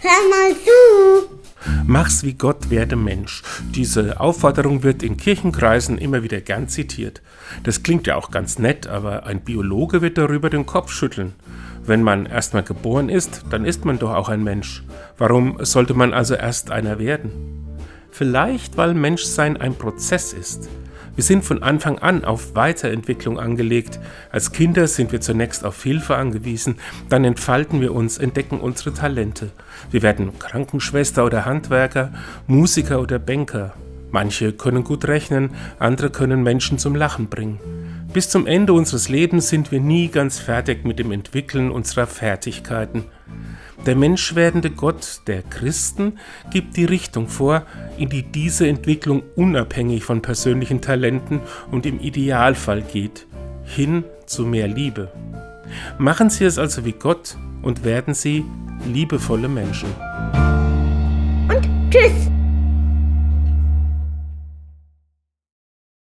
Hör mal zu! Mach's wie Gott, werde Mensch. Diese Aufforderung wird in Kirchenkreisen immer wieder gern zitiert. Das klingt ja auch ganz nett, aber ein Biologe wird darüber den Kopf schütteln. Wenn man erstmal geboren ist, dann ist man doch auch ein Mensch. Warum sollte man also erst einer werden? Vielleicht, weil Menschsein ein Prozess ist. Wir sind von Anfang an auf Weiterentwicklung angelegt. Als Kinder sind wir zunächst auf Hilfe angewiesen, dann entfalten wir uns, entdecken unsere Talente. Wir werden Krankenschwester oder Handwerker, Musiker oder Banker. Manche können gut rechnen, andere können Menschen zum Lachen bringen. Bis zum Ende unseres Lebens sind wir nie ganz fertig mit dem Entwickeln unserer Fertigkeiten. Der menschwerdende Gott der Christen gibt die Richtung vor, in die diese Entwicklung unabhängig von persönlichen Talenten und im Idealfall geht, hin zu mehr Liebe. Machen Sie es also wie Gott und werden Sie liebevolle Menschen. Und tschüss!